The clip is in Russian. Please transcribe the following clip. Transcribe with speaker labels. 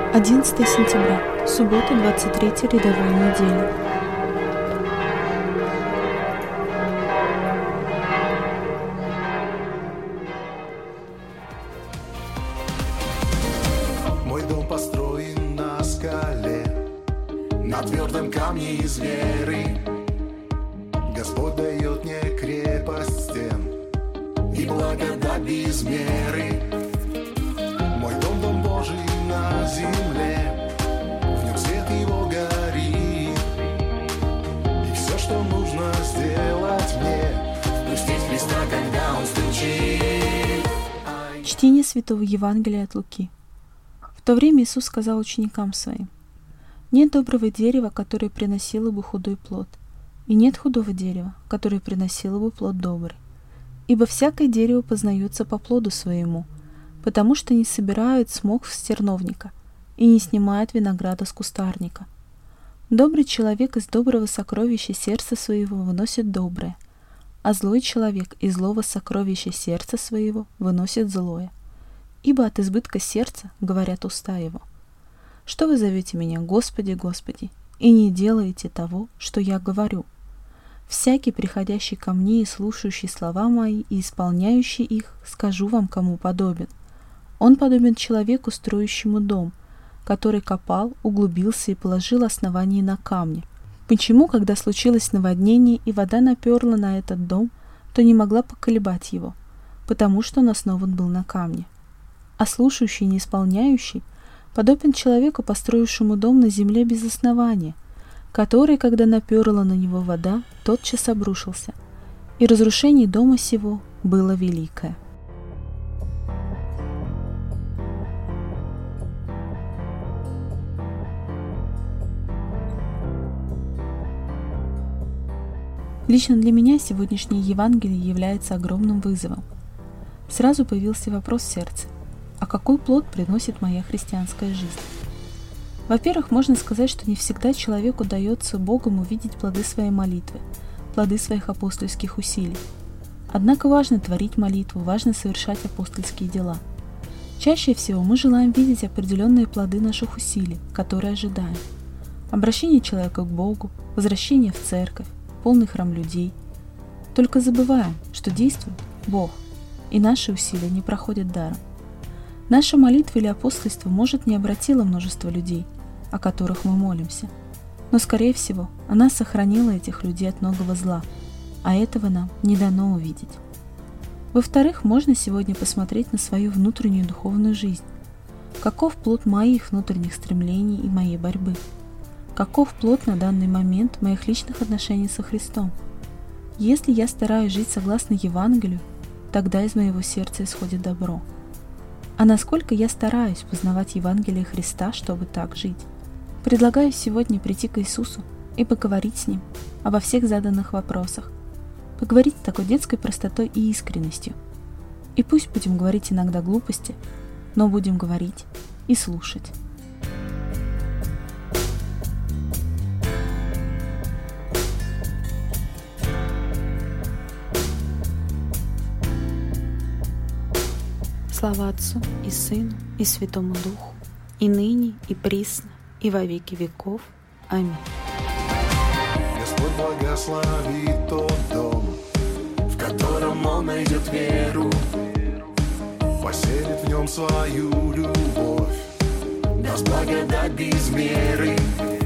Speaker 1: 11 сентября, суббота, 23 рядовой недели.
Speaker 2: Мой дом построен на скале, на твердом камне из веры. Господь дает мне крепость стен и благодать без меры. Мой дом, дом Божий на земле, в нем свет его горит. И все, что нужно сделать мне, впустить Христа, когда Он стучит.
Speaker 1: Чтение Святого Евангелия от Луки. В то время Иисус сказал ученикам Своим: «Нет доброго дерева, которое приносило бы худой плод, и нет худого дерева, которое приносило бы плод добрый. Ибо всякое дерево познается по плоду своему, потому что не собирают смок с терновника и не снимают винограда с кустарника. Добрый человек из доброго сокровища сердца своего выносит доброе, а злой человек из злого сокровища сердца своего выносит злое. Ибо от избытка сердца говорят уста его. Что вы зовете меня, Господи, Господи, и не делаете того, что я говорю? Всякий, приходящий ко мне и слушающий слова мои и исполняющий их, скажу вам, кому подобен. Он подобен человеку, строящему дом, который копал, углубился и положил основание на камне. Почему, когда случилось наводнение и вода наперла на этот дом, то не могла поколебать его? Потому что он основан был на камне. А слушающий и не исполняющий подобен человеку, построившему дом на земле без основания, который, когда наперла на него вода, тотчас обрушился, и разрушение дома сего было великое». Лично для меня сегодняшнее Евангелие является огромным вызовом. Сразу появился вопрос в сердце: а какой плод приносит моя христианская жизнь? Во-первых, можно сказать, что не всегда человеку удается Богом увидеть плоды своей молитвы, плоды своих апостольских усилий. Однако важно творить молитву, важно совершать апостольские дела. Чаще всего мы желаем видеть определенные плоды наших усилий, которые ожидаем. Обращение человека к Богу, возвращение в церковь, полный храм людей. Только забываем, что действует Бог, и наши усилия не проходят даром. Наша молитва или апостольство, может, не обратило множество людей, о которых мы молимся, но, скорее всего, она сохранила этих людей от многого зла, а этого нам не дано увидеть. Во-вторых, можно сегодня посмотреть на свою внутреннюю духовную жизнь. Каков плод моих внутренних стремлений и моей борьбы? Каков плод на данный момент моих личных отношений со Христом? Если я стараюсь жить согласно Евангелию, тогда из моего сердца исходит добро. А насколько я стараюсь познавать Евангелие Христа, чтобы так жить? Предлагаю сегодня прийти к Иисусу и поговорить с Ним обо всех заданных вопросах. Поговорить с такой детской простотой и искренностью. И пусть будем говорить иногда глупости, но будем говорить и слушать. Слава Отцу и Сыну и Святому Духу, и ныне, и присно, и во веки веков. Аминь.
Speaker 2: Господь благословит тот дом, в котором Он найдет веру, поселит в нем свою любовь, даст благодать без меры.